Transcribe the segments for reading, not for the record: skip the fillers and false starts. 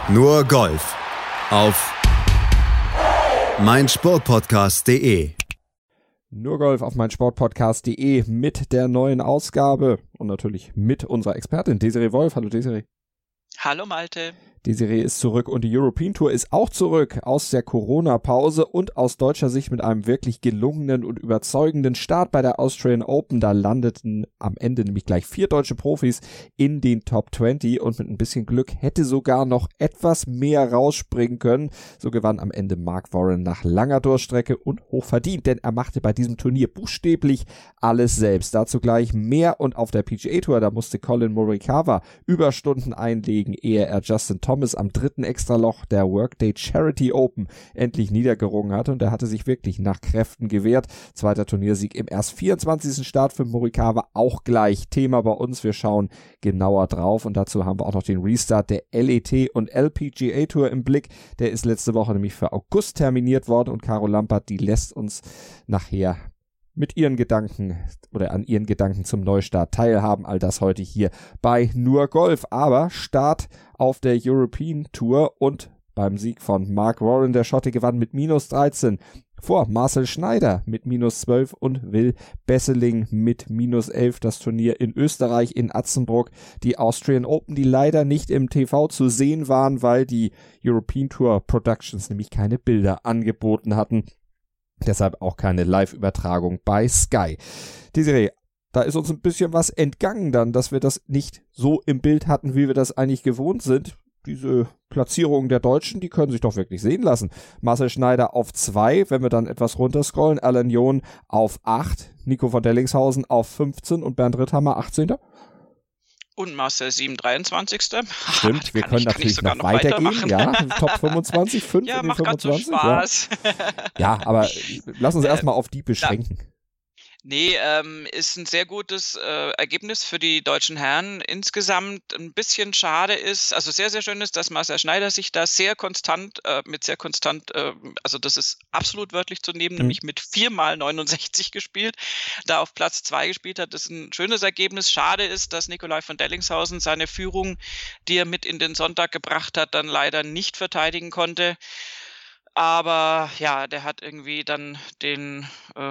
Nur Golf auf meinsportpodcast.de. Nur Golf auf meinsportpodcast.de mit der neuen Ausgabe und natürlich mit unserer Expertin Desiree Wolf. Hallo Desiree. Hallo Malte. Desiree ist zurück und die European Tour ist auch zurück aus der Corona-Pause und aus deutscher Sicht mit einem wirklich gelungenen und überzeugenden Start bei der Australian Open. Da landeten am Ende nämlich gleich 4 deutsche Profis in den Top 20 und mit ein bisschen Glück hätte sogar noch etwas mehr rausspringen können. So gewann am Ende Mark Warren nach langer Durchstrecke und hochverdient, denn er machte bei diesem Turnier buchstäblich alles selbst. Dazu gleich mehr und auf der PGA Tour, da musste Collin Morikawa Überstunden einlegen, ehe er Justin Thomas am dritten Extraloch der Workday Charity Open endlich niedergerungen hatte und er hatte sich wirklich nach Kräften gewehrt. Zweiter Turniersieg im erst 24. Start für Morikawa, auch gleich Thema bei uns. Wir schauen genauer drauf und dazu haben wir auch noch den Restart der LET und LPGA Tour im Blick. Der ist letzte Woche nämlich für August terminiert worden und Caro Lampert, die lässt uns nachher mit ihren Gedanken oder an ihren Gedanken zum Neustart teilhaben. All das heute hier bei Nur Golf. Aber Start auf der European Tour und beim Sieg von Mark Warren. Der Schotte gewann mit -13 vor Marcel Schneider mit -12 und Will Besseling mit -11. Das Turnier in Österreich in Atzenbruck. Die Austrian Open, die leider nicht im TV zu sehen waren, weil die European Tour Productions nämlich keine Bilder angeboten hatten. Deshalb auch keine Live-Übertragung bei Sky. Desiree, da ist uns ein bisschen was entgangen dann, dass wir das nicht so im Bild hatten, wie wir das eigentlich gewohnt sind. Diese Platzierungen der Deutschen, die können sich doch wirklich sehen lassen. Marcel Schneider auf 2, wenn wir dann etwas runterscrollen. Alain John auf 8, Nico von Dellingshausen auf 15 und Bernd Ritthammer 18. Und Marcel 23. Stimmt, wir können natürlich noch weitergehen. Ja, Top 25, 5 ja, in den macht 25. Ganz Spaß. Ja, aber lass uns erstmal auf die beschränken. Nee, ist ein sehr gutes Ergebnis für die deutschen Herren. Insgesamt ein bisschen schade ist, also sehr, sehr schön ist, dass Marcel Schneider sich da sehr konstant, also das ist absolut wörtlich zu nehmen, nämlich mit 4x 69 gespielt, da auf Platz 2 gespielt hat. Das ist ein schönes Ergebnis. Schade ist, dass Nicolai von Dellingshausen seine Führung, die er mit in den Sonntag gebracht hat, dann leider nicht verteidigen konnte. Aber ja, der hat irgendwie dann der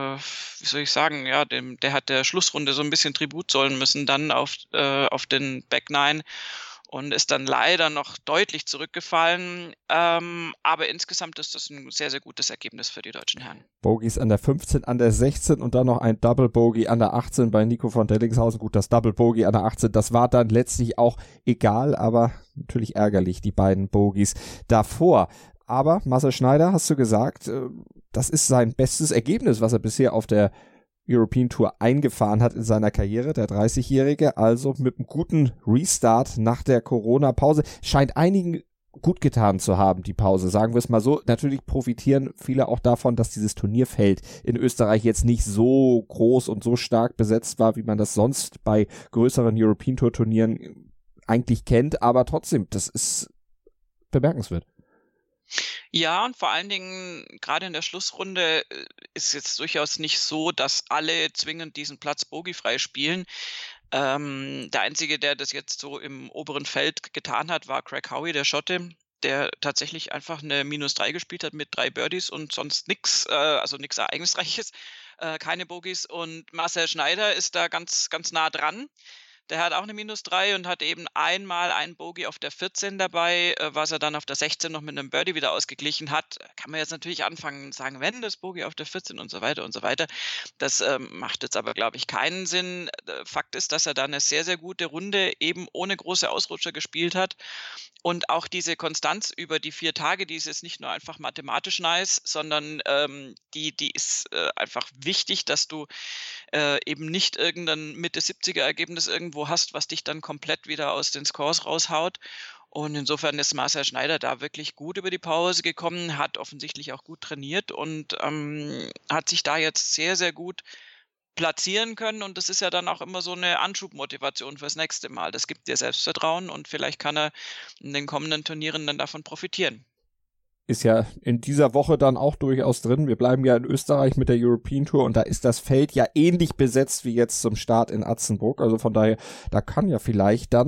hat der Schlussrunde so ein bisschen Tribut zollen müssen dann auf den Back Nine und ist dann leider noch deutlich zurückgefallen. Aber insgesamt ist das ein sehr, sehr gutes Ergebnis für die deutschen Herren. Bogies an der 15, an der 16 und dann noch ein Double Bogey an der 18 bei Nico von Dellingshausen. Gut, das Double Bogey an der 18, das war dann letztlich auch egal, aber natürlich ärgerlich, die beiden Bogies davor. Aber Marcel Schneider, hast du gesagt, das ist sein bestes Ergebnis, was er bisher auf der European Tour eingefahren hat in seiner Karriere, der 30-Jährige. Also mit einem guten Restart nach der Corona-Pause. Scheint einigen gut getan zu haben, die Pause, sagen wir es mal so. Natürlich profitieren viele auch davon, dass dieses Turnierfeld in Österreich jetzt nicht so groß und so stark besetzt war, wie man das sonst bei größeren European Tour Turnieren eigentlich kennt. Aber trotzdem, das ist bemerkenswert. Ja, und vor allen Dingen gerade in der Schlussrunde ist jetzt durchaus nicht so, dass alle zwingend diesen Platz bogiefrei spielen. Der Einzige, der das jetzt so im oberen Feld getan hat, war Craig Howie, der Schotte, der tatsächlich einfach eine -3 gespielt hat mit 3 Birdies und sonst nichts, also nichts Ereignisreiches, keine Bogies. Und Marcel Schneider ist da ganz, ganz nah dran. Der hat auch eine -3 und hat eben einmal ein Bogey auf der 14 dabei, was er dann auf der 16 noch mit einem Birdie wieder ausgeglichen hat. Kann man jetzt natürlich anfangen und sagen, wenn das Bogey auf der 14 und so weiter und so weiter. Das macht jetzt aber, glaube ich, keinen Sinn. Fakt ist, dass er da eine sehr, sehr gute Runde eben ohne große Ausrutscher gespielt hat. Und auch diese Konstanz über die 4 Tage, die ist jetzt nicht nur einfach mathematisch nice, sondern die ist einfach wichtig, dass du eben nicht irgendein Mitte-70er-Ergebnis irgendwo hast, was dich dann komplett wieder aus den Scores raushaut. Und insofern ist Marcel Schneider da wirklich gut über die Pause gekommen, hat offensichtlich auch gut trainiert und hat sich da jetzt sehr, sehr gut platzieren können. Und das ist ja dann auch immer so eine Anschubmotivation fürs nächste Mal. Das gibt dir Selbstvertrauen und vielleicht kann er in den kommenden Turnieren dann davon profitieren. Ist ja in dieser Woche dann auch durchaus drin. Wir bleiben ja in Österreich mit der European Tour und da ist das Feld ja ähnlich besetzt wie jetzt zum Start in Atzenbruck. Also von daher, da kann ja vielleicht dann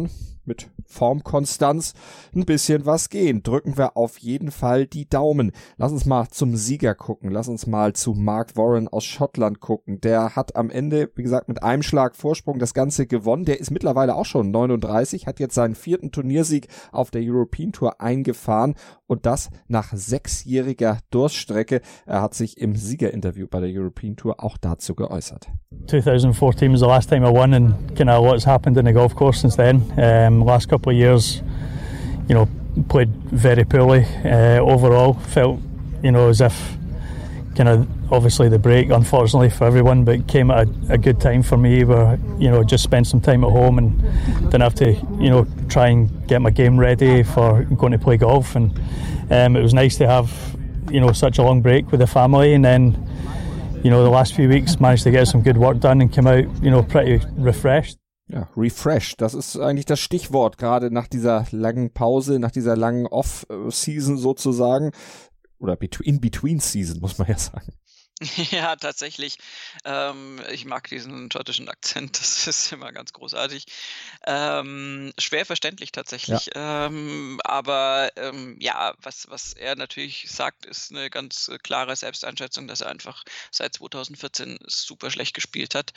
mit Formkonstanz ein bisschen was gehen. Drücken wir auf jeden Fall die Daumen. Lass uns mal zum Sieger gucken. Lass uns mal zu Mark Warren aus Schottland gucken. Der hat am Ende, wie gesagt, mit einem Schlag Vorsprung das Ganze gewonnen. Der ist mittlerweile auch schon 39, hat jetzt seinen 4. Turniersieg auf der European Tour eingefahren und das nach 6-jähriger Durststrecke. Er hat sich im Siegerinterview bei der European Tour auch dazu geäußert. 2014 was the last time I won, and kind of what's happened in the golf course since then. Last couple of years, played very poorly overall. Felt, as if kind of obviously the break, unfortunately for everyone, but came at a good time for me where, just spent some time at home and didn't have to, try and get my game ready for going to play golf. And it was nice to have, such a long break with the family, and then, the last few weeks managed to get some good work done and came out, pretty refreshed. Ja, refreshed, das ist eigentlich das Stichwort, gerade nach dieser langen Pause, nach dieser langen Off-Season sozusagen. Oder in-between-Season, muss man ja sagen. Ja, tatsächlich. Ich mag diesen schottischen Akzent, das ist immer ganz großartig. Schwer verständlich tatsächlich. Ja. Was er natürlich sagt, ist eine ganz klare Selbsteinschätzung, dass er einfach seit 2014 super schlecht gespielt hat.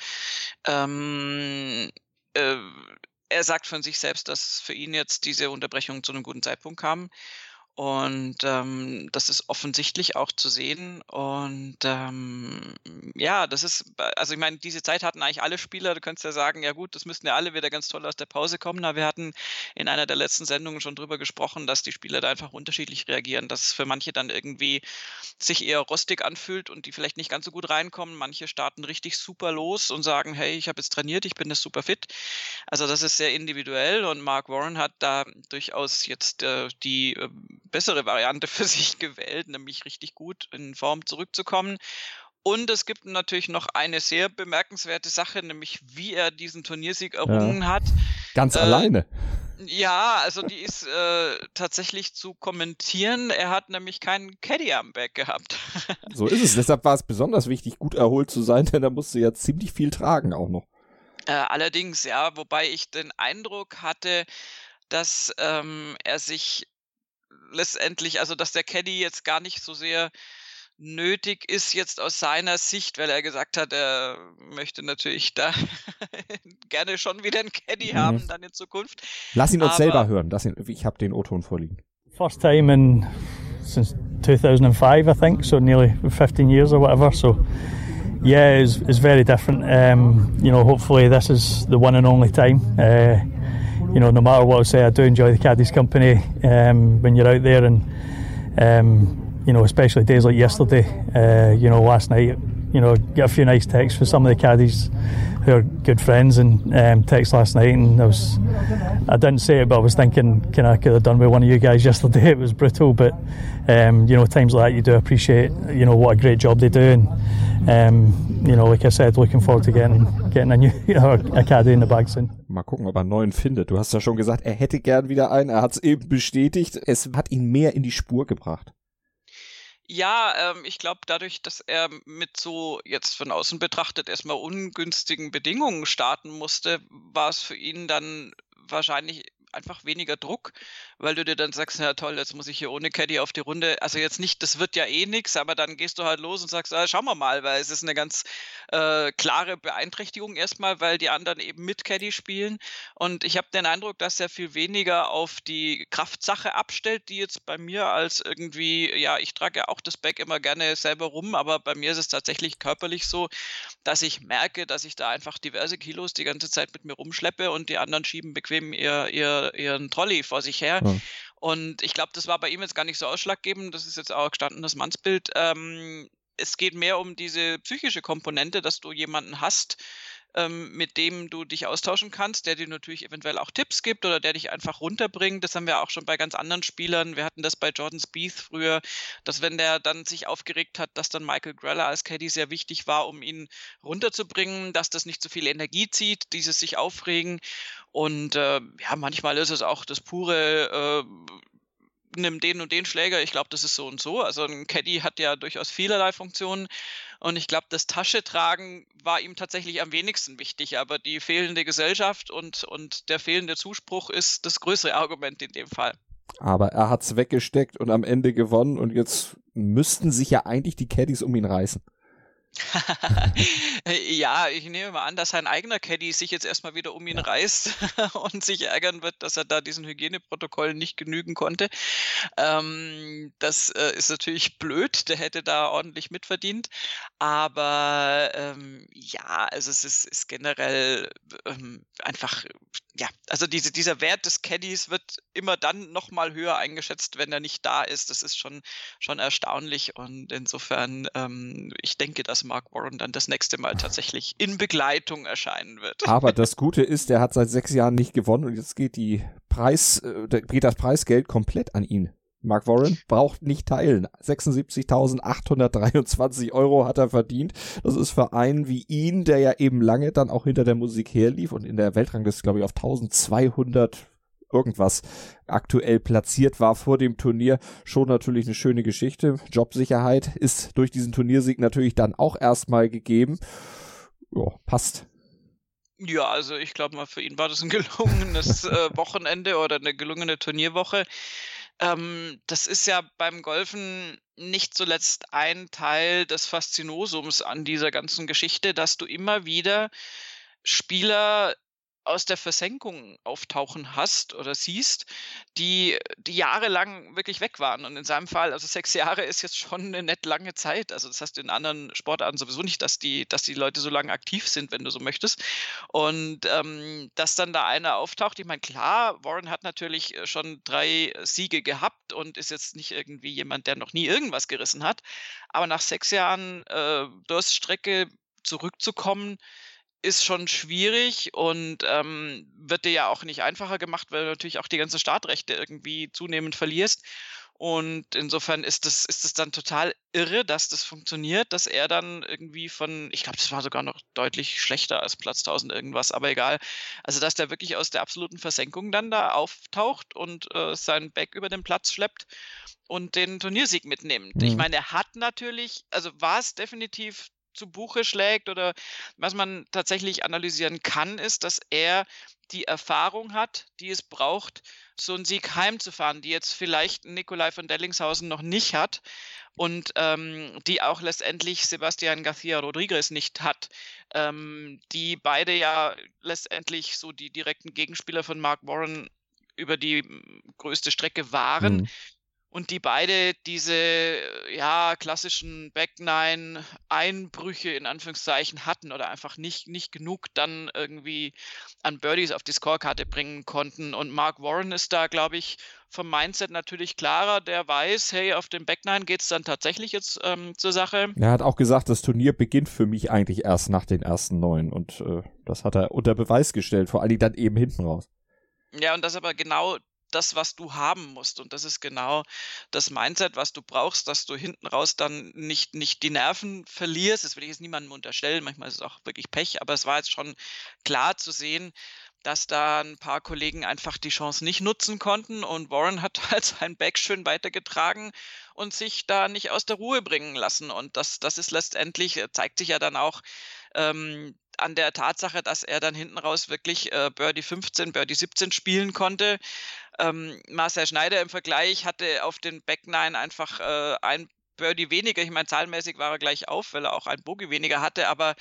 Er sagt von sich selbst, dass für ihn jetzt diese Unterbrechung zu einem guten Zeitpunkt kam. Und das ist offensichtlich auch zu sehen. Und das ist, also ich meine, diese Zeit hatten eigentlich alle Spieler. Du könntest ja sagen, ja gut, das müssten ja alle wieder ganz toll aus der Pause kommen. Aber wir hatten in einer der letzten Sendungen schon drüber gesprochen, dass die Spieler da einfach unterschiedlich reagieren. Dass es für manche dann irgendwie sich eher rostig anfühlt und die vielleicht nicht ganz so gut reinkommen. Manche starten richtig super los und sagen, hey, ich habe jetzt trainiert, ich bin jetzt super fit. Also das ist sehr individuell und Mark Warren hat da durchaus jetzt die bessere Variante für sich gewählt, nämlich richtig gut in Form zurückzukommen. Und es gibt natürlich noch eine sehr bemerkenswerte Sache, nämlich wie er diesen Turniersieg errungen hat. Ganz alleine. Ja, also die ist tatsächlich zu kommentieren. Er hat nämlich keinen Caddy am Back gehabt. So ist es. Deshalb war es besonders wichtig, gut erholt zu sein, denn er musste ja ziemlich viel tragen auch noch. Allerdings, ja, wobei ich den Eindruck hatte, dass er sich letztendlich, also dass der Caddy jetzt gar nicht so sehr nötig ist jetzt aus seiner Sicht, weil er gesagt hat, er möchte natürlich da gerne schon wieder einen Caddy haben dann in Zukunft. Lass ihn uns selber hören. Ich habe den O-Ton vorliegen. First time since 2005, I think, so nearly 15 years or whatever. So yeah, it's very different. Hopefully this is the one and only time. No matter what I say, I do enjoy the caddies' company when you're out there, and especially days like yesterday. Last night, get a few nice texts from some of the caddies who are good friends, and text last night, and I didn't say it, but I was thinking, I could have done with one of you guys yesterday. It was brutal, but times like that, you do appreciate, what a great job they do, and like I said, looking forward to getting a new a caddy in the bag soon. Mal gucken, ob er einen neuen findet. Du hast ja schon gesagt, er hätte gern wieder einen. Er hat es eben bestätigt. Es hat ihn mehr in die Spur gebracht. Ja, ich glaube, dadurch, dass er mit so jetzt von außen betrachtet erstmal ungünstigen Bedingungen starten musste, war es für ihn dann wahrscheinlich einfach weniger Druck, weil du dir dann sagst, ja toll, jetzt muss ich hier ohne Caddy auf die Runde, also jetzt nicht, das wird ja eh nix, aber dann gehst du halt los und sagst, schauen wir mal, weil es ist eine ganz klare Beeinträchtigung erstmal, weil die anderen eben mit Caddy spielen, und ich habe den Eindruck, dass er viel weniger auf die Kraftsache abstellt, die jetzt bei mir als irgendwie, ja, ich trage ja auch das Bag immer gerne selber rum, aber bei mir ist es tatsächlich körperlich so, dass ich merke, dass ich da einfach diverse Kilos die ganze Zeit mit mir rumschleppe und die anderen schieben bequem ihren Trolley vor sich her. Ja. Und ich glaube, das war bei ihm jetzt gar nicht so ausschlaggebend. Das ist jetzt auch gestandenes Mannsbild. Es geht mehr um diese psychische Komponente, dass du jemanden hast, mit dem du dich austauschen kannst, der dir natürlich eventuell auch Tipps gibt oder der dich einfach runterbringt. Das haben wir auch schon bei ganz anderen Spielern. Wir hatten das bei Jordan Spieth früher, dass wenn der dann sich aufgeregt hat, dass dann Michael Greller als Caddy sehr wichtig war, um ihn runterzubringen, dass das nicht so viel Energie zieht, dieses sich aufregen. Und manchmal ist es auch das pure nimm den und den Schläger, ich glaube, das ist so und so. Also ein Caddy hat ja durchaus vielerlei Funktionen und ich glaube, das Taschetragen war ihm tatsächlich am wenigsten wichtig, aber die fehlende Gesellschaft und der fehlende Zuspruch ist das größere Argument in dem Fall. Aber er hat's weggesteckt und am Ende gewonnen und jetzt müssten sich ja eigentlich die Caddies um ihn reißen. Ja, ich nehme mal an, dass sein eigener Caddy sich jetzt erstmal wieder um ihn reißt und sich ärgern wird, dass er da diesen Hygieneprotokollen nicht genügen konnte. Das ist natürlich blöd, der hätte da ordentlich mitverdient. Aber ja, also es ist generell einfach, ja, also dieser Wert des Caddies wird immer dann nochmal höher eingeschätzt, wenn er nicht da ist. Das ist schon erstaunlich und insofern, ich denke, dass Mark Warren dann das nächste Mal tatsächlich in Begleitung erscheinen wird. Aber das Gute ist, der hat seit 6 Jahren nicht gewonnen und jetzt geht das Preisgeld komplett an ihn. Mark Warren braucht nicht teilen. 76.823 € hat er verdient. Das ist für einen wie ihn, der ja eben lange dann auch hinter der Musik herlief und in der Weltrangliste, glaube ich, auf 1200 irgendwas aktuell platziert war vor dem Turnier, schon natürlich eine schöne Geschichte. Jobsicherheit ist durch diesen Turniersieg natürlich dann auch erstmal gegeben. Ja, passt. Ja, also ich glaube mal, für ihn war das ein gelungenes Wochenende oder eine gelungene Turnierwoche. Das ist ja beim Golfen nicht zuletzt ein Teil des Faszinosums an dieser ganzen Geschichte, dass du immer wieder Spieler aus der Versenkung auftauchen hast oder siehst, die jahrelang wirklich weg waren. Und in seinem Fall, also 6 Jahre ist jetzt schon eine nett lange Zeit. Also das hast du in anderen Sportarten sowieso nicht, dass die Leute so lange aktiv sind, wenn du so möchtest. Und dass dann da einer auftaucht, ich meine, klar, Warren hat natürlich schon 3 Siege gehabt und ist jetzt nicht irgendwie jemand, der noch nie irgendwas gerissen hat. Aber nach 6 Jahren Durststrecke zurückzukommen, ist schon schwierig und wird dir ja auch nicht einfacher gemacht, weil du natürlich auch die ganzen Startrechte irgendwie zunehmend verlierst. Und insofern ist es dann total irre, dass das funktioniert, dass er dann irgendwie ich glaube, das war sogar noch deutlich schlechter als Platz 1000 irgendwas, aber egal. Also, dass der wirklich aus der absoluten Versenkung dann da auftaucht und seinen Bag über den Platz schleppt und den Turniersieg mitnimmt. Ich meine, er hat natürlich, also was definitiv zu Buche schlägt oder was man tatsächlich analysieren kann, ist, dass er die Erfahrung hat, die es braucht, so einen Sieg heimzufahren, die jetzt vielleicht Nicolai von Dellingshausen noch nicht hat und die auch letztendlich Sebastian García Rodríguez nicht hat, die beide ja letztendlich so die direkten Gegenspieler von Mark Warren über die größte Strecke waren. Und die beide diese, ja, klassischen Back-Nine-Einbrüche in Anführungszeichen hatten oder einfach nicht genug dann irgendwie an Birdies auf die Scorekarte bringen konnten. Und Mark Warren ist da, glaube ich, vom Mindset natürlich klarer. Der weiß, hey, auf dem Back-Nine geht es dann tatsächlich jetzt zur Sache. Er hat auch gesagt, das Turnier beginnt für mich eigentlich erst nach den ersten 9 und das hat er unter Beweis gestellt, vor allem dann eben hinten raus. Ja, und das aber genau das, was du haben musst. Und das ist genau das Mindset, was du brauchst, dass du hinten raus dann nicht die Nerven verlierst. Das will ich jetzt niemandem unterstellen. Manchmal ist es auch wirklich Pech, aber es war jetzt schon klar zu sehen, dass da ein paar Kollegen einfach die Chance nicht nutzen konnten und Warren hat halt sein Bag schön weitergetragen und sich da nicht aus der Ruhe bringen lassen. Und das ist letztendlich, zeigt sich ja dann auch an der Tatsache, dass er dann hinten raus wirklich Birdie 15, Birdie 17 spielen konnte. Marcel Schneider im Vergleich hatte auf den Back Nine einfach ein Birdie weniger. Ich meine, zahlenmäßig war er gleich auf, weil er auch ein Bogey weniger hatte, aber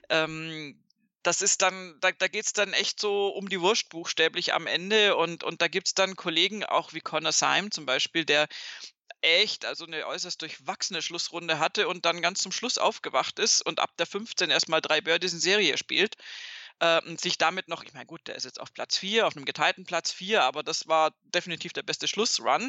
das ist dann, da geht es dann echt so um die Wurst buchstäblich am Ende und da gibt es dann Kollegen auch wie Connor Syme zum Beispiel, der echt, also eine äußerst durchwachsene Schlussrunde hatte und dann ganz zum Schluss aufgewacht ist und ab der 15 erstmal 3 Birdies in Serie spielt. Und sich damit noch, ich meine, gut, der ist jetzt auf Platz 4, auf einem geteilten Platz 4, aber das war definitiv der beste Schlussrun.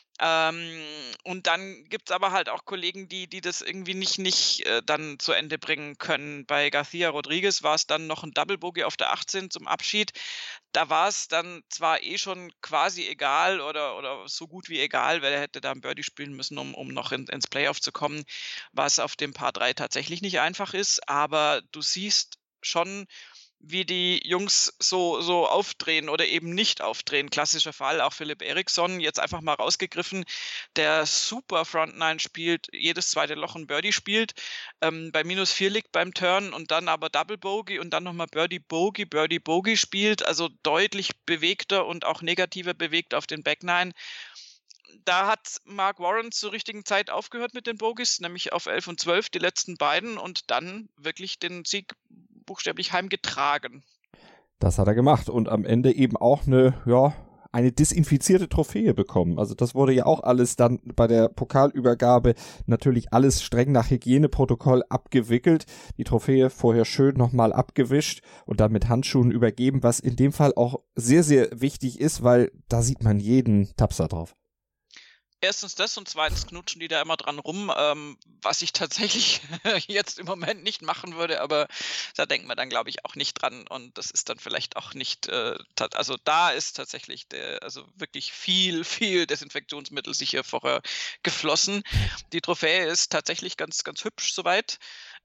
Und dann gibt es aber halt auch Kollegen, die das irgendwie nicht dann zu Ende bringen können. Bei García Rodríguez war es dann noch ein Double Bogey auf der 18 zum Abschied. Da war es dann zwar schon quasi egal oder so gut wie egal, weil er hätte da ein Birdie spielen müssen, um noch ins Playoff zu kommen, was auf dem Par 3 tatsächlich nicht einfach ist. Aber du siehst schon, wie die Jungs so aufdrehen oder eben nicht aufdrehen. Klassischer Fall, auch Philipp Eriksson, jetzt einfach mal rausgegriffen, der super Frontline spielt, jedes zweite Loch ein Birdie spielt, bei -4 liegt beim Turn und dann aber Double Bogey und dann nochmal Birdie Bogey, Birdie Bogey spielt, also deutlich bewegter und auch negativer bewegt auf den Back Nine. Da hat Mark Warren zur richtigen Zeit aufgehört mit den Bogies, nämlich auf 11 und 12, die letzten beiden, und dann wirklich den Sieg buchstäblich heimgetragen. Das hat er gemacht und am Ende eben auch eine desinfizierte Trophäe bekommen. Also das wurde ja auch alles dann bei der Pokalübergabe natürlich alles streng nach Hygieneprotokoll abgewickelt. Die Trophäe vorher schön nochmal abgewischt und dann mit Handschuhen übergeben, was in dem Fall auch sehr, sehr wichtig ist, weil da sieht man jeden Tapser drauf. Erstens das und zweitens knutschen die da immer dran rum, was ich tatsächlich jetzt im Moment nicht machen würde, aber da denkt man dann, glaube ich, auch nicht dran und das ist dann vielleicht auch nicht, also da ist tatsächlich wirklich viel Desinfektionsmittel sicher vorher geflossen. Die Trophäe ist tatsächlich ganz, ganz hübsch soweit.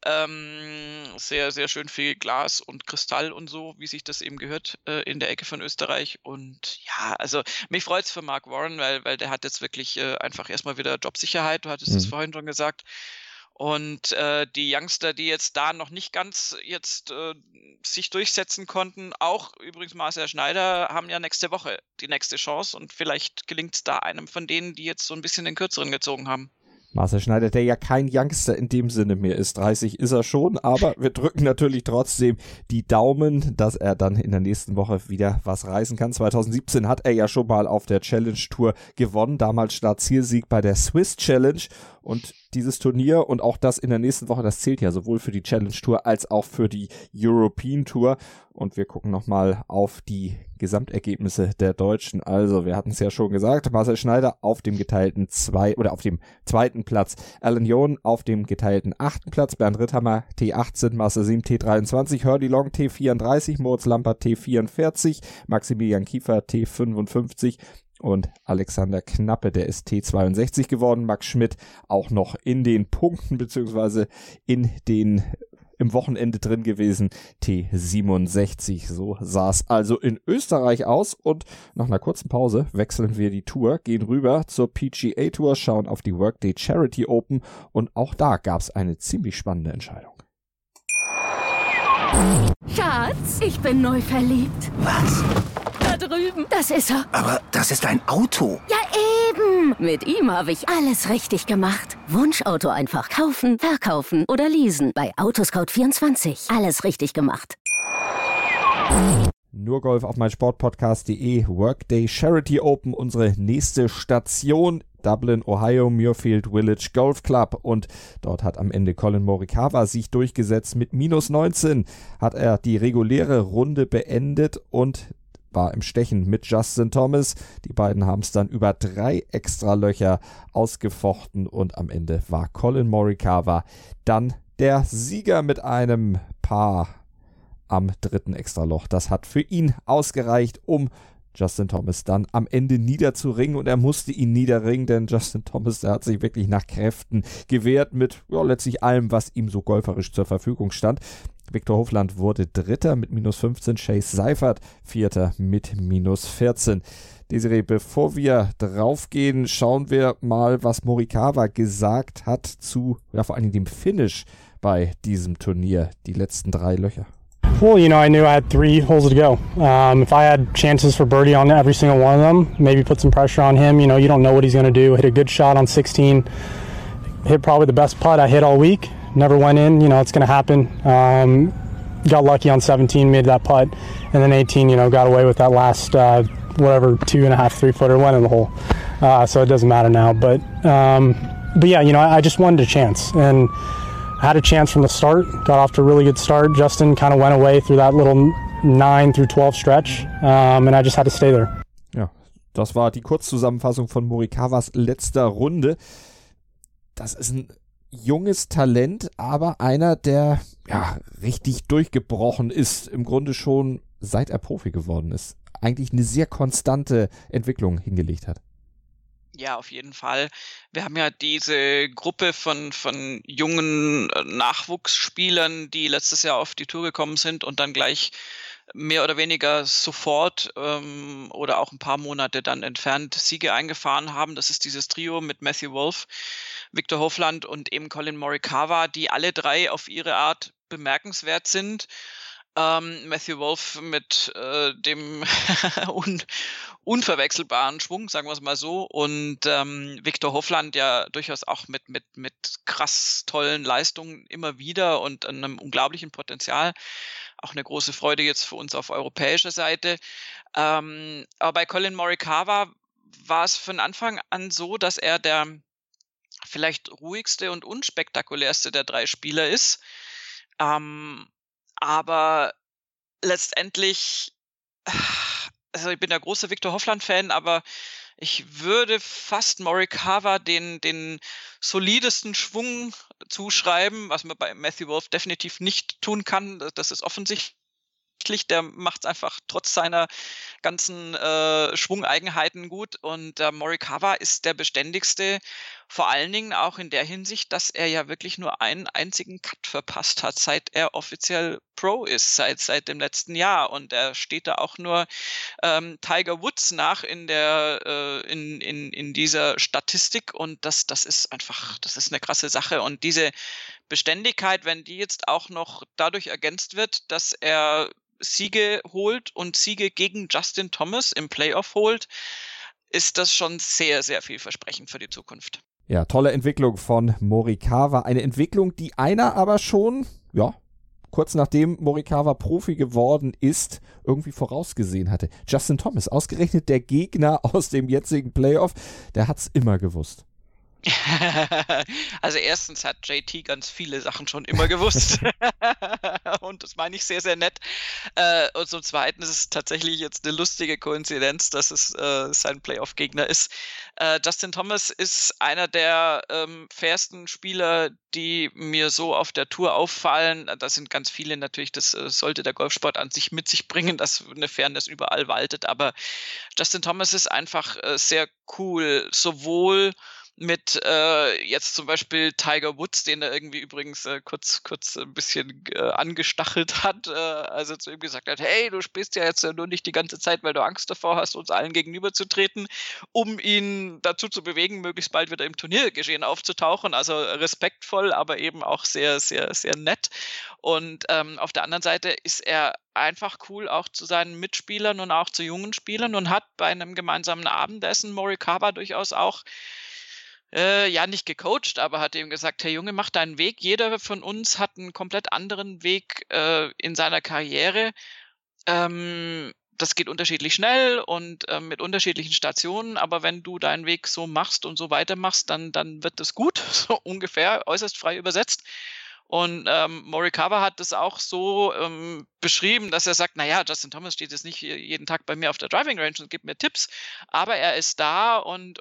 Sehr, sehr schön viel Glas und Kristall und so, wie sich das eben gehört in der Ecke von Österreich. Und ja, also mich freut es für Mark Warren, weil der hat jetzt wirklich einfach erstmal wieder Jobsicherheit. Du hattest es vorhin schon gesagt. Und die Youngster, die jetzt da noch nicht ganz jetzt sich durchsetzen konnten, auch übrigens Marcel Schneider, haben ja nächste Woche die nächste Chance und vielleicht gelingt es da einem von denen, die jetzt so ein bisschen den Kürzeren gezogen haben. Marcel Schneider, der ja kein Youngster in dem Sinne mehr ist. 30 ist er schon, aber wir drücken natürlich trotzdem die Daumen, dass er dann in der nächsten Woche wieder was reißen kann. 2017 hat er ja schon mal auf der Challenge Tour gewonnen, damals Start-Zielsieg bei der Swiss Challenge. Und dieses Turnier und auch das in der nächsten Woche, das zählt ja sowohl für die Challenge Tour als auch für die European Tour. Und wir gucken nochmal auf die Gesamtergebnisse der Deutschen. Also, wir hatten es ja schon gesagt, Marcel Schneider auf dem geteilten auf dem zweiten Platz. Alan Yoon auf dem geteilten 8. Platz. Bernd Ritthammer T18, Marcel Siem T23, Hurley Long T34, Moritz Lampert T44, Maximilian Kiefer T55 und Alexander Knappe, der ist T62 geworden. Max Schmidt auch noch in den Punkten beziehungsweise im Wochenende drin gewesen, T67. So sah es also in Österreich aus und nach einer kurzen Pause wechseln wir die Tour, gehen rüber zur PGA Tour, schauen auf die Workday Charity Open und auch da gab es eine ziemlich spannende Entscheidung. Schatz, ich bin neu verliebt. Was? Da drüben. Das ist er. Aber das ist ein Auto. Ja, eben. Mit ihm habe ich alles richtig gemacht. Wunschauto einfach kaufen, verkaufen oder leasen. Bei Autoscout24. Alles richtig gemacht. Nur Golf auf meinsportpodcast.de. Workday Charity Open, unsere nächste Station. Dublin, Ohio, Muirfield Village Golf Club und dort hat am Ende Collin Morikawa sich durchgesetzt. Mit -19 hat er die reguläre Runde beendet und war im Stechen mit Justin Thomas. Die beiden haben es dann über 3 Extralöcher ausgefochten und am Ende war Collin Morikawa dann der Sieger mit einem Paar am 3. Extraloch. Das hat für ihn ausgereicht, um Justin Thomas dann am Ende niederzuringen und er musste ihn niederringen, denn Justin Thomas, der hat sich wirklich nach Kräften gewehrt mit letztlich allem, was ihm so golferisch zur Verfügung stand. Viktor Hovland wurde Dritter mit -15, Chase Seifert Vierter mit -14. Desiree, bevor wir draufgehen, schauen wir mal, was Morikawa gesagt hat zu vor allem dem Finish bei diesem Turnier, die letzten 3 Löcher. Well, I knew I had 3 holes to go. If I had chances for birdie on every single one of them, maybe put some pressure on him. You don't know what he's going to do. Hit a good shot on 16. Hit probably the best putt I hit all week. Never went in. It's going to happen. Got lucky on 17, made that putt. And then 18, got away with that last, 2.5, 3-footer, went in the hole. So it doesn't matter now. But yeah, I just wanted a chance. And I had a chance from the start, got off to a really good start. Justin kind of went away through that little 9 through 12 stretch, and I just had to stay there. Ja, das war die Kurzzusammenfassung von Morikawas letzter Runde. Das ist ein junges Talent, aber einer, der richtig durchgebrochen ist, im Grunde schon seit er Profi geworden ist. Eigentlich eine sehr konstante Entwicklung hingelegt hat. Ja, auf jeden Fall. Wir haben ja diese Gruppe von jungen Nachwuchsspielern, die letztes Jahr auf die Tour gekommen sind und dann gleich mehr oder weniger sofort oder auch ein paar Monate dann entfernt Siege eingefahren haben. Das ist dieses Trio mit Matthew Wolff, Viktor Hovland und eben Collin Morikawa, die alle drei auf ihre Art bemerkenswert sind. Matthew Wolff mit dem unverwechselbaren Schwung, sagen wir es mal so, und Viktor Hovland ja durchaus auch mit krass tollen Leistungen immer wieder und einem unglaublichen Potenzial. Auch eine große Freude jetzt für uns auf europäischer Seite. Aber bei Collin Morikawa war es von Anfang an so, dass er der vielleicht ruhigste und unspektakulärste der drei Spieler ist. Aber letztendlich, also ich bin der große Viktor Hovland-Fan, aber ich würde fast Morikawa den solidesten Schwung zuschreiben, was man bei Matthew Wolff definitiv nicht tun kann. Das ist offensichtlich. Der macht es einfach trotz seiner ganzen Schwungeigenheiten gut. Und Morikawa ist der beständigste, vor allen Dingen auch in der Hinsicht, dass er ja wirklich nur einen einzigen Cut verpasst hat, seit er offiziell Pro ist, seit dem letzten Jahr. Und er steht da auch nur Tiger Woods nach in dieser Statistik. Und das ist einfach, das ist eine krasse Sache. Und diese Beständigkeit, wenn die jetzt auch noch dadurch ergänzt wird, dass er Siege holt und Siege gegen Justin Thomas im Playoff holt, ist das schon sehr, sehr vielversprechend für die Zukunft. Ja, tolle Entwicklung von Morikawa. Eine Entwicklung, die einer aber schon, ja, kurz nachdem Morikawa Profi geworden ist, irgendwie vorausgesehen hatte. Justin Thomas, ausgerechnet der Gegner aus dem jetzigen Playoff, der hat's immer gewusst. Also erstens hat JT ganz viele Sachen schon immer gewusst und das meine ich sehr, sehr nett. Und zum Zweiten ist es tatsächlich jetzt eine lustige Koinzidenz, dass es sein Playoff-Gegner ist. Justin Thomas ist einer der fairsten Spieler, die mir so auf der Tour auffallen. Da sind ganz viele natürlich, das sollte der Golfsport an sich mit sich bringen, dass eine Fairness überall waltet, aber Justin Thomas ist einfach sehr cool, sowohl mit jetzt zum Beispiel Tiger Woods, den er irgendwie übrigens kurz ein bisschen angestachelt hat, also zu ihm gesagt hat, hey, du spielst ja jetzt nur nicht die ganze Zeit, weil du Angst davor hast, uns allen gegenüberzutreten, um ihn dazu zu bewegen, möglichst bald wieder im Turniergeschehen aufzutauchen, also respektvoll, aber eben auch sehr, sehr, sehr nett. Und auf der anderen Seite ist er einfach cool auch zu seinen Mitspielern und auch zu jungen Spielern und hat bei einem gemeinsamen Abendessen Morikawa durchaus auch nicht gecoacht, aber hat ihm gesagt, hey Junge, mach deinen Weg. Jeder von uns hat einen komplett anderen Weg in seiner Karriere. Das geht unterschiedlich schnell und mit unterschiedlichen Stationen, aber wenn du deinen Weg so machst und so weitermachst, dann wird das gut, so ungefähr, äußerst frei übersetzt. Und Morikawa hat das auch so beschrieben, dass er sagt, naja, Justin Thomas steht jetzt nicht jeden Tag bei mir auf der Driving Range und gibt mir Tipps, aber er ist da und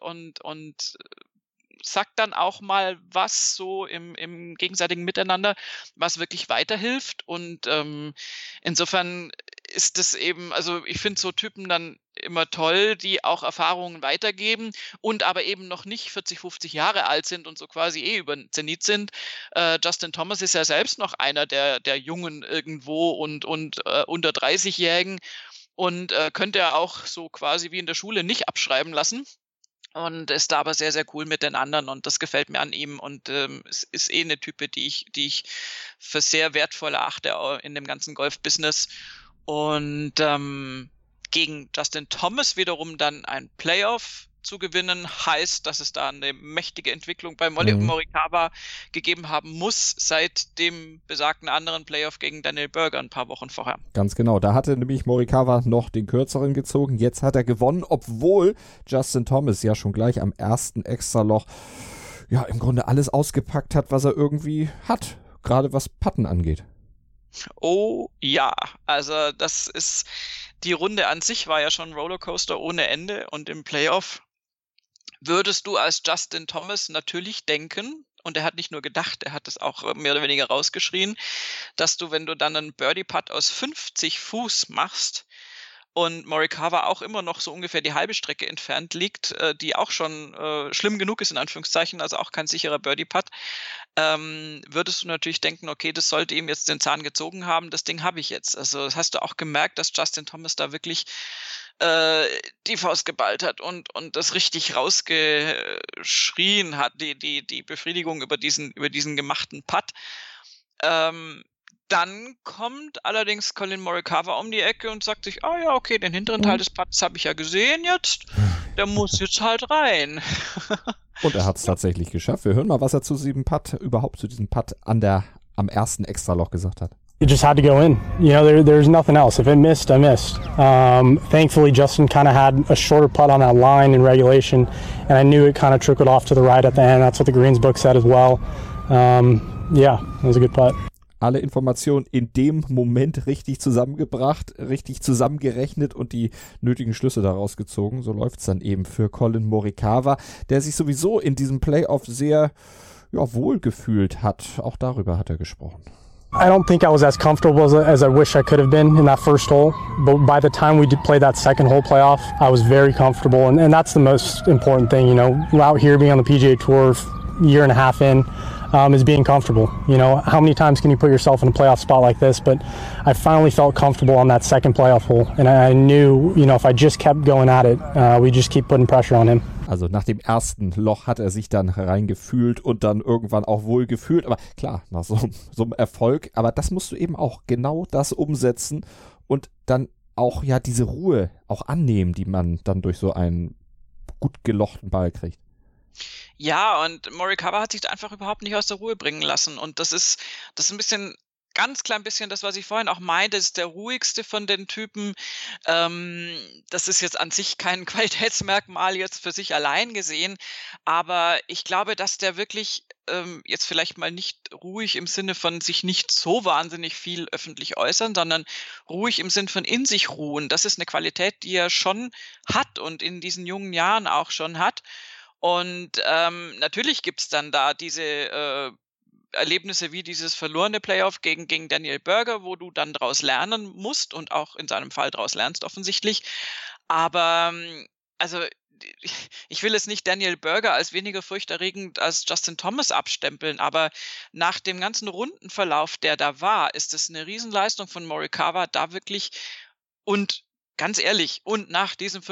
sagt dann auch mal was so im gegenseitigen Miteinander, was wirklich weiterhilft. Und insofern ist es eben, also ich finde so Typen dann immer toll, die auch Erfahrungen weitergeben und aber eben noch nicht 40, 50 Jahre alt sind und so quasi über den Zenit sind. Justin Thomas ist ja selbst noch einer der Jungen irgendwo und unter 30-Jährigen und könnte er auch so quasi wie in der Schule nicht abschreiben lassen. Und ist da aber sehr, sehr cool mit den anderen und das gefällt mir an ihm und es ist eine Type, die ich für sehr wertvoll erachte in dem ganzen Golf-Business. Und gegen Justin Thomas wiederum dann ein Playoff zu gewinnen, heißt, dass es da eine mächtige Entwicklung bei Morikawa gegeben haben muss, seit dem besagten anderen Playoff gegen Daniel Berger ein paar Wochen vorher. Ganz genau, da hatte nämlich Morikawa noch den kürzeren gezogen, jetzt hat er gewonnen, obwohl Justin Thomas ja schon gleich am ersten Extraloch ja im Grunde alles ausgepackt hat, was er irgendwie hat, gerade was Putten angeht. Oh ja, also das ist, die Runde an sich war ja schon Rollercoaster ohne Ende und im Playoff würdest du als Justin Thomas natürlich denken, und er hat nicht nur gedacht, er hat es auch mehr oder weniger rausgeschrien, dass du, wenn du dann einen Birdie-Putt aus 50 Fuß machst und Morikawa auch immer noch so ungefähr die halbe Strecke entfernt liegt, die auch schon schlimm genug ist, in Anführungszeichen, also auch kein sicherer Birdie-Putt, würdest du natürlich denken, okay, das sollte ihm jetzt den Zahn gezogen haben, das Ding habe ich jetzt. Also das hast du auch gemerkt, dass Justin Thomas da wirklich die Faust geballt hat und das richtig rausgeschrien hat, die Befriedigung über diesen gemachten Putt. Dann kommt allerdings Colin Morikawa um die Ecke und sagt sich, ah ja, okay, den hinteren Teil des Putts habe ich ja gesehen jetzt, der muss jetzt halt rein. Und er hat es tatsächlich geschafft. Wir hören mal, was er zu diesem Putt am ersten Extraloch gesagt hat. It just had to go in. You know, there's nothing else. If it missed, I missed. Thankfully, Justin kind of had a shorter putt on that line in regulation, and I knew it kind of trickled off to the right at the end. That's what the Greens book said as well. Yeah, it was a good putt. Alle Informationen in dem Moment richtig zusammengebracht, richtig zusammengerechnet und die nötigen Schlüsse daraus gezogen. So läuft es dann eben für Colin Morikawa, der sich sowieso in diesem Playoff sehr wohl gefühlt hat. Auch darüber hat er gesprochen. I don't think I was as comfortable as I wish I could have been in that first hole, but by the time we did play that second hole playoff, I was very comfortable, and that's the most important thing, you know, out here being on the PGA Tour, year and a half in, is being comfortable. You know, how many times can you put yourself in a playoff spot like this? But I finally felt comfortable on that second playoff hole, and I knew, you know, if I just kept going at it, we just keep putting pressure on him. Also nach dem ersten Loch hat er sich dann reingefühlt und dann irgendwann auch wohl gefühlt. Aber klar, nach so einem Erfolg. Aber das musst du eben auch genau das umsetzen und dann auch diese Ruhe auch annehmen, die man dann durch so einen gut gelochten Ball kriegt. Ja, und Morikawa hat sich da einfach überhaupt nicht aus der Ruhe bringen lassen. Und das ist ein bisschen, ganz klein bisschen das, was ich vorhin auch meinte, ist der ruhigste von den Typen. Das ist jetzt an sich kein Qualitätsmerkmal jetzt für sich allein gesehen, aber ich glaube, dass der wirklich jetzt vielleicht mal nicht ruhig im Sinne von sich nicht so wahnsinnig viel öffentlich äußern, sondern ruhig im Sinn von in sich ruhen. Das ist eine Qualität, die er schon hat und in diesen jungen Jahren auch schon hat. Und natürlich gibt's dann da diese Erlebnisse wie dieses verlorene Playoff gegen Daniel Berger, wo du dann daraus lernen musst und auch in seinem Fall daraus lernst offensichtlich. Aber also ich will jetzt nicht Daniel Berger als weniger furchterregend als Justin Thomas abstempeln, aber nach dem ganzen Rundenverlauf, der da war, ist es eine Riesenleistung von Morikawa, da wirklich und ganz ehrlich, und nach diesem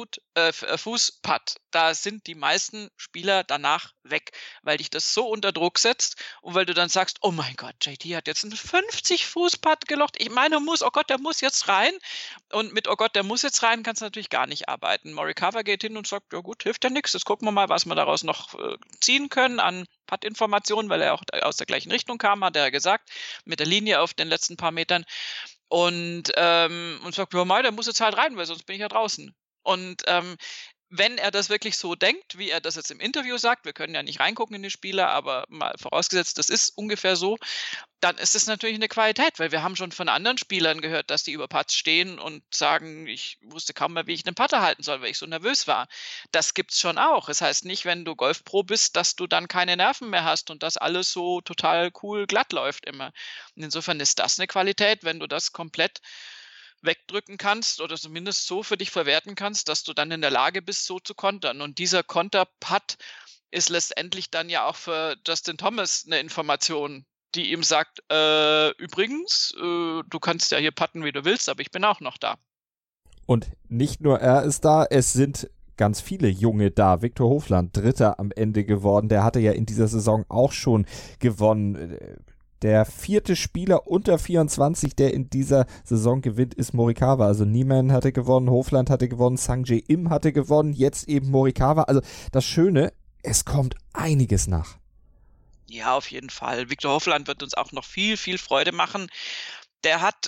50-Fuß-Putt, da sind die meisten Spieler danach weg, weil dich das so unter Druck setzt und weil du dann sagst, oh mein Gott, JT hat jetzt einen 50-Fuß-Putt gelocht. Ich meine, oh Gott, der muss jetzt rein. Und mit oh Gott, der muss jetzt rein, kannst du natürlich gar nicht arbeiten. Morikawa geht hin und sagt, ja gut, hilft ja nichts. Jetzt gucken wir mal, was wir daraus noch ziehen können an Putt-Informationen, weil er auch aus der gleichen Richtung kam, hat er gesagt, mit der Linie auf den letzten paar Metern. Und sagt, ja mal, der muss jetzt halt rein, weil sonst bin ich ja draußen. Und wenn er das wirklich so denkt, wie er das jetzt im Interview sagt, wir können ja nicht reingucken in die Spieler, aber mal vorausgesetzt, das ist ungefähr so, dann ist es natürlich eine Qualität, weil wir haben schon von anderen Spielern gehört, dass die über Putts stehen und sagen, ich wusste kaum mehr, wie ich einen Putter halten soll, weil ich so nervös war. Das gibt's schon auch. Das heißt nicht, wenn du Golfpro bist, dass du dann keine Nerven mehr hast und dass alles so total cool glatt läuft immer. Und insofern ist das eine Qualität, wenn du das komplett wegdrücken kannst oder zumindest so für dich verwerten kannst, dass du dann in der Lage bist, so zu kontern. Und dieser Konterputt ist letztendlich dann ja auch für Justin Thomas eine Information, die ihm sagt, übrigens, du kannst ja hier putten, wie du willst, aber ich bin auch noch da. Und nicht nur er ist da, es sind ganz viele Junge da. Viktor Hovland, Dritter am Ende geworden. Der hatte ja in dieser Saison auch schon gewonnen. Der vierte Spieler unter 24, der in dieser Saison gewinnt, ist Morikawa. Also Niemann hatte gewonnen, Hovland hatte gewonnen, Sungjae Im hatte gewonnen, jetzt eben Morikawa. Also das Schöne, es kommt einiges nach. Ja, auf jeden Fall. Viktor Hovland wird uns auch noch viel, viel Freude machen. Der hat,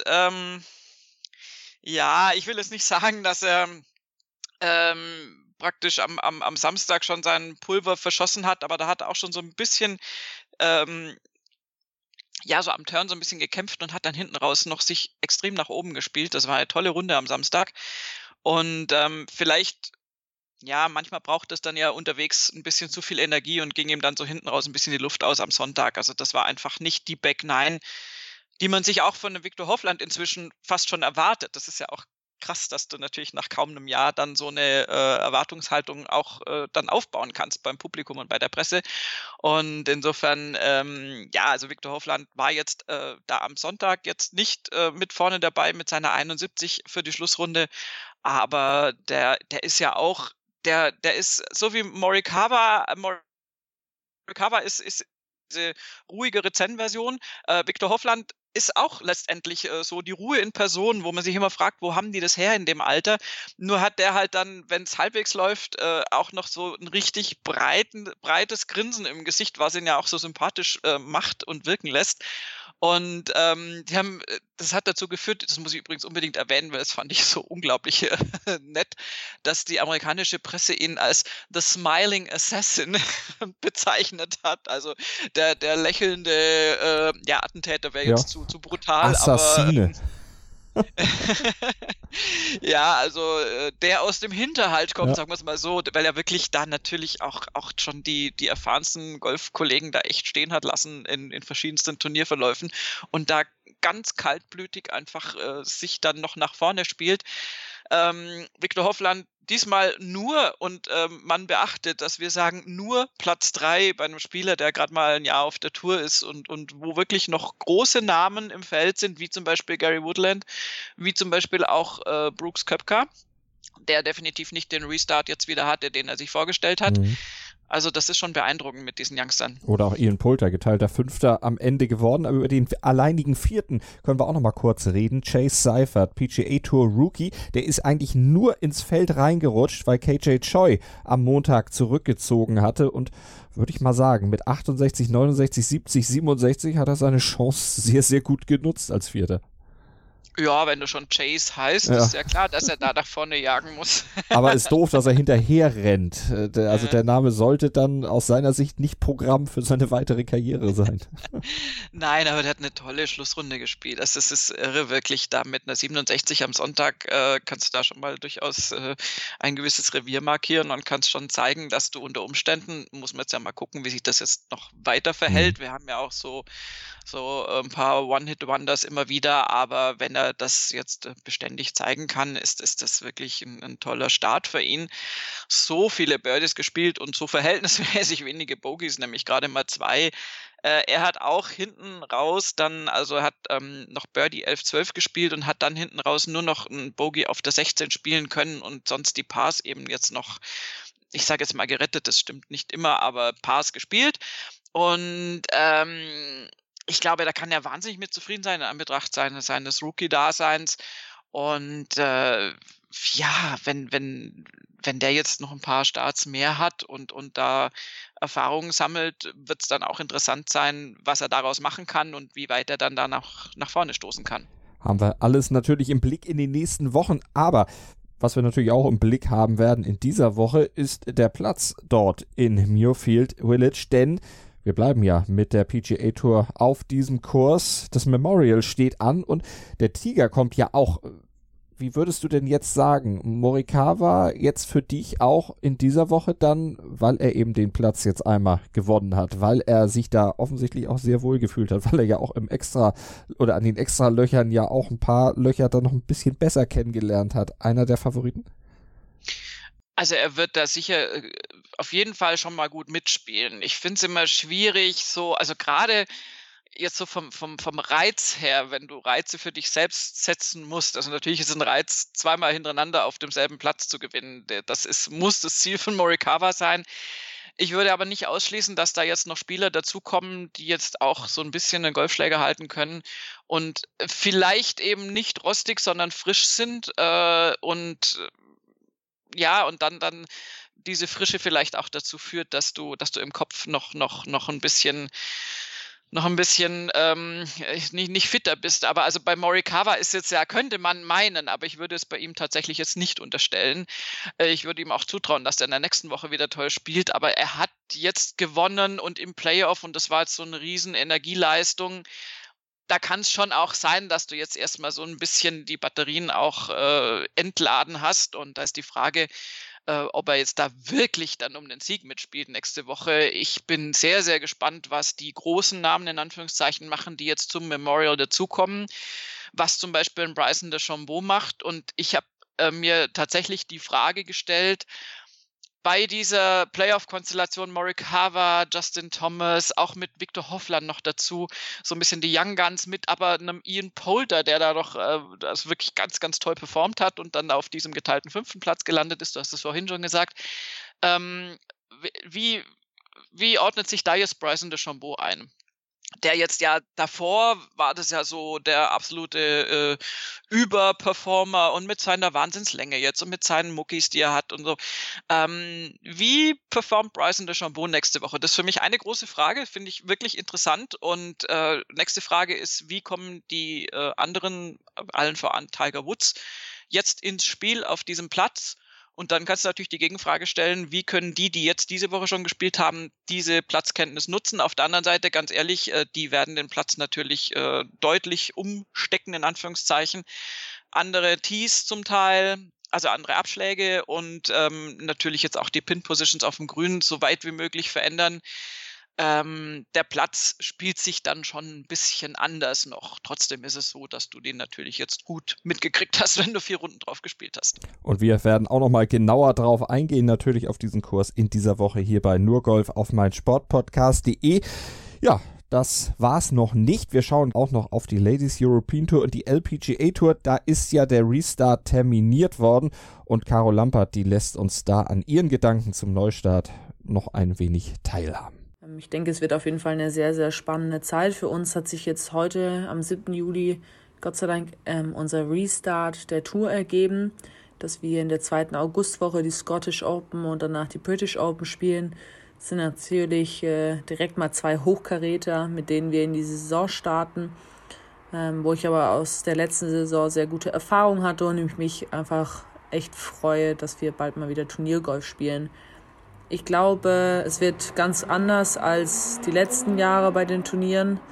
ich will jetzt nicht sagen, dass er praktisch am Samstag schon seinen Pulver verschossen hat, aber da hat er auch schon so ein bisschen so am Turn so ein bisschen gekämpft und hat dann hinten raus noch sich extrem nach oben gespielt. Das war eine tolle Runde am Samstag. Und vielleicht, manchmal braucht es dann ja unterwegs ein bisschen zu viel Energie und ging ihm dann so hinten raus ein bisschen die Luft aus am Sonntag. Also das war einfach nicht die Back Nine, die man sich auch von dem Viktor Hovland inzwischen fast schon erwartet. Das ist ja auch krass, dass du natürlich nach kaum einem Jahr dann so eine Erwartungshaltung auch dann aufbauen kannst beim Publikum und bei der Presse. Und insofern, also Viktor Hovland war jetzt da am Sonntag jetzt nicht mit vorne dabei mit seiner 71 für die Schlussrunde, aber der ist ja auch, der ist so wie Morikawa. Morikawa ist diese ruhigere Zen-Version. Viktor Hovland ist auch letztendlich so die Ruhe in Person, wo man sich immer fragt, wo haben die das her in dem Alter? Nur hat der halt dann, wenn es halbwegs läuft, auch noch so ein richtig breites Grinsen im Gesicht, was ihn ja auch so sympathisch macht und wirken lässt. Und das hat dazu geführt, das muss ich übrigens unbedingt erwähnen, weil das fand ich so unglaublich nett, dass die amerikanische Presse ihn als The Smiling Assassin bezeichnet hat. Also der lächelnde Attentäter wäre jetzt zu brutal. Assassine. Ja, also der aus dem Hinterhalt kommt, sagen wir es mal so, weil er wirklich da natürlich auch schon die erfahrensten Golfkollegen da echt stehen hat lassen in verschiedensten Turnierverläufen und da ganz kaltblütig einfach sich dann noch nach vorne spielt. Viktor Hovland diesmal nur, und man beachtet, dass wir sagen, nur Platz 3 bei einem Spieler, der gerade mal ein Jahr auf der Tour ist und wo wirklich noch große Namen im Feld sind, wie zum Beispiel Gary Woodland, wie zum Beispiel auch Brooks Koepka, der definitiv nicht den Restart jetzt wieder hatte, den er sich vorgestellt hat. Mhm. Also das ist schon beeindruckend mit diesen Youngstern. Oder auch Ian Poulter, geteilter Fünfter am Ende geworden. Aber über den alleinigen Vierten können wir auch noch mal kurz reden. Chase Seifert, PGA Tour Rookie, der ist eigentlich nur ins Feld reingerutscht, weil KJ Choi am Montag zurückgezogen hatte. Und würde ich mal sagen, mit 68, 69, 70, 67 hat er seine Chance sehr, sehr gut genutzt als Vierter. Ja, wenn du schon Chase heißt, ist ja klar, dass er da nach vorne jagen muss. Aber ist doof, dass er hinterher rennt. Also der Name sollte dann aus seiner Sicht nicht Programm für seine weitere Karriere sein. Nein, aber der hat eine tolle Schlussrunde gespielt. Das ist irre, wirklich. Da mit einer 67 am Sonntag kannst du da schon mal durchaus ein gewisses Revier markieren und kannst schon zeigen, dass du unter Umständen, muss man jetzt ja mal gucken, wie sich das jetzt noch weiter verhält. Wir haben ja auch so ein paar One-Hit-Wonders immer wieder, aber wenn er das jetzt beständig zeigen kann, ist das wirklich ein toller Start für ihn. So viele Birdies gespielt und so verhältnismäßig wenige Bogies, nämlich gerade mal 2. Er hat auch hinten raus dann, also er hat noch Birdie 11-12 gespielt und hat dann hinten raus nur noch ein Bogey auf der 16 spielen können und sonst die Pars eben jetzt noch, ich sage jetzt mal gerettet, das stimmt nicht immer, aber Pars gespielt. Und ich glaube, da kann er wahnsinnig mit zufrieden sein in Anbetracht seines Rookie-Daseins. Und wenn der jetzt noch ein paar Starts mehr hat und da Erfahrungen sammelt, wird es dann auch interessant sein, was er daraus machen kann und wie weit er dann da nach vorne stoßen kann. Haben wir alles natürlich im Blick in den nächsten Wochen, aber was wir natürlich auch im Blick haben werden in dieser Woche, ist der Platz dort in Muirfield Village, denn wir bleiben ja mit der PGA Tour auf diesem Kurs. Das Memorial steht an und der Tiger kommt ja auch. Wie würdest du denn jetzt sagen, Morikawa jetzt für dich auch in dieser Woche dann, weil er eben den Platz jetzt einmal gewonnen hat, weil er sich da offensichtlich auch sehr wohl gefühlt hat, weil er ja auch im Extra oder an den Extra-Löchern ja auch ein paar Löcher dann noch ein bisschen besser kennengelernt hat. Einer der Favoriten? Also er wird da sicher auf jeden Fall schon mal gut mitspielen. Ich finde es immer schwierig, so, also gerade jetzt so vom Reiz her, wenn du Reize für dich selbst setzen musst, also natürlich ist ein Reiz, zweimal hintereinander auf demselben Platz zu gewinnen. Muss das Ziel von Morikawa sein. Ich würde aber nicht ausschließen, dass da jetzt noch Spieler dazukommen, die jetzt auch so ein bisschen einen Golfschläger halten können und vielleicht eben nicht rostig, sondern frisch sind und dann diese Frische vielleicht auch dazu führt, dass du im Kopf noch ein bisschen nicht fitter bist. Aber also bei Morikawa ist jetzt ja, könnte man meinen, aber ich würde es bei ihm tatsächlich jetzt nicht unterstellen. Ich würde ihm auch zutrauen, dass er in der nächsten Woche wieder toll spielt, aber er hat jetzt gewonnen und im Playoff, und das war jetzt so eine riesen Energieleistung. Da kann es schon auch sein, dass du jetzt erstmal so ein bisschen die Batterien auch entladen hast. Und da ist die Frage, ob er jetzt da wirklich dann um den Sieg mitspielt nächste Woche. Ich bin sehr, sehr gespannt, was die großen Namen in Anführungszeichen machen, die jetzt zum Memorial dazukommen. Was zum Beispiel ein Bryson DeChambeau macht. Und ich habe mir tatsächlich die Frage gestellt, bei dieser Playoff-Konstellation Morikawa, Justin Thomas, auch mit Viktor Hovland noch dazu, so ein bisschen die Young Guns mit, aber einem Ian Poulter, der da doch das wirklich ganz, ganz toll performt hat und dann auf diesem geteilten 5. Platz gelandet ist, du hast es vorhin schon gesagt. Wie ordnet sich da jetzt Bryson DeChambeau ein? Der jetzt ja davor war das ja so der absolute Überperformer und mit seiner Wahnsinnslänge jetzt und mit seinen Muckis, die er hat und so. Wie performt Bryson DeChambeau nächste Woche? Das ist für mich eine große Frage, finde ich wirklich interessant. Und nächste Frage ist, wie kommen die anderen, allen voran Tiger Woods, jetzt ins Spiel auf diesem Platz? Und dann kannst du natürlich die Gegenfrage stellen, wie können die jetzt diese Woche schon gespielt haben, diese Platzkenntnis nutzen? Auf der anderen Seite, ganz ehrlich, die werden den Platz natürlich deutlich umstecken, in Anführungszeichen. Andere Tees zum Teil, also andere Abschläge und natürlich jetzt auch die Pin-Positions auf dem Grün so weit wie möglich verändern. Der Platz spielt sich dann schon ein bisschen anders noch. Trotzdem ist es so, dass du den natürlich jetzt gut mitgekriegt hast, wenn du 4 Runden drauf gespielt hast. Und wir werden auch nochmal genauer drauf eingehen, natürlich auf diesen Kurs in dieser Woche hier bei Nur Golf auf meinsportpodcast.de. Ja, das war's noch nicht. Wir schauen auch noch auf die Ladies European Tour und die LPGA Tour. Da ist ja der Restart terminiert worden und Caro Lampert, die lässt uns da an ihren Gedanken zum Neustart noch ein wenig teilhaben. Ich denke, es wird auf jeden Fall eine sehr, sehr spannende Zeit. Für uns hat sich jetzt heute am 7. Juli Gott sei Dank unser Restart der Tour ergeben, dass wir in der 2. Augustwoche die Scottish Open und danach die British Open spielen. Das sind natürlich direkt mal 2 Hochkaräter, mit denen wir in die Saison starten, wo ich aber aus der letzten Saison sehr gute Erfahrungen hatte und ich mich einfach echt freue, dass wir bald mal wieder Turniergolf spielen. Ich glaube, es wird ganz anders als die letzten Jahre bei den Turnieren.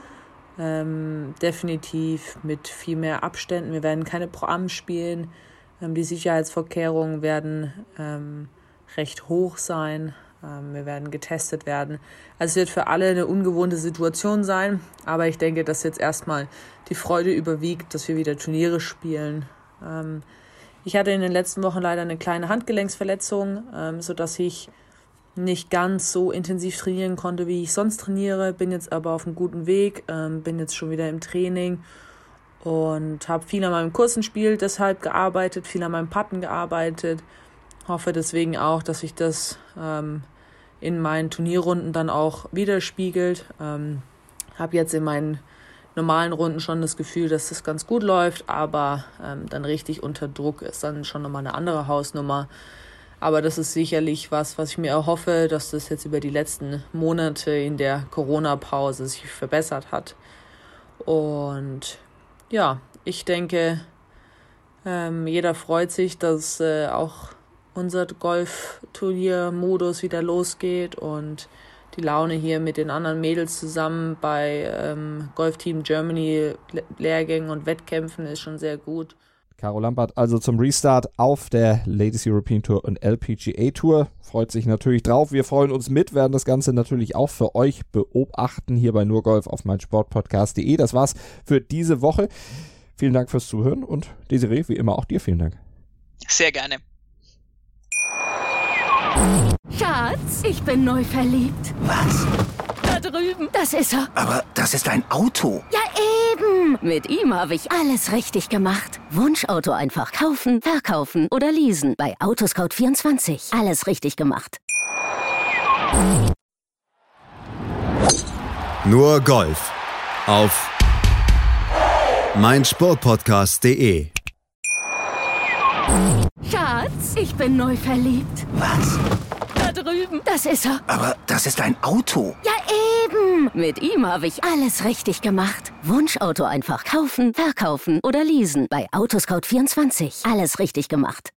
Definitiv mit viel mehr Abständen. Wir werden keine Pro-Am spielen. Die Sicherheitsvorkehrungen werden recht hoch sein. Wir werden getestet werden. Also es wird für alle eine ungewohnte Situation sein. Aber ich denke, dass jetzt erstmal die Freude überwiegt, dass wir wieder Turniere spielen. Ich hatte in den letzten Wochen leider eine kleine Handgelenksverletzung, sodass ich nicht ganz so intensiv trainieren konnte, wie ich sonst trainiere, bin jetzt aber auf einem guten Weg, bin jetzt schon wieder im Training und habe viel an meinem Kursenspiel deshalb gearbeitet, viel an meinem Putten gearbeitet, hoffe deswegen auch, dass sich das in meinen Turnierrunden dann auch widerspiegelt. Habe jetzt in meinen normalen Runden schon das Gefühl, dass das ganz gut läuft, aber dann richtig unter Druck ist dann schon nochmal eine andere Hausnummer. Aber das ist sicherlich was ich mir erhoffe, dass das jetzt über die letzten Monate in der Corona-Pause sich verbessert hat. Und ja, ich denke, jeder freut sich, dass auch unser Golfturnier-Modus wieder losgeht und die Laune hier mit den anderen Mädels zusammen bei Golfteam Germany Lehrgängen und Wettkämpfen ist schon sehr gut. Caro Lampert also zum Restart auf der Ladies European Tour und LPGA Tour. Freut sich natürlich drauf. Wir freuen uns mit, werden das Ganze natürlich auch für euch beobachten hier bei Nur Golf auf meinsportpodcast.de. Das war's für diese Woche. Vielen Dank fürs Zuhören und Desiree, wie immer auch dir vielen Dank. Sehr gerne. Schatz, ich bin neu verliebt. Was? Da drüben. Das ist er. Aber das ist ein Auto. Ja, eben. Mit ihm habe ich alles richtig gemacht. Wunschauto einfach kaufen, verkaufen oder leasen. Bei Autoscout24. Alles richtig gemacht. Nur Golf auf meinsportpodcast.de. Schatz, ich bin neu verliebt. Was? Da drüben. Das ist er. Aber das ist ein Auto. Ja, eben. Mit ihm habe ich alles richtig gemacht. Wunschauto einfach kaufen, verkaufen oder leasen. Bei Autoscout24. Alles richtig gemacht.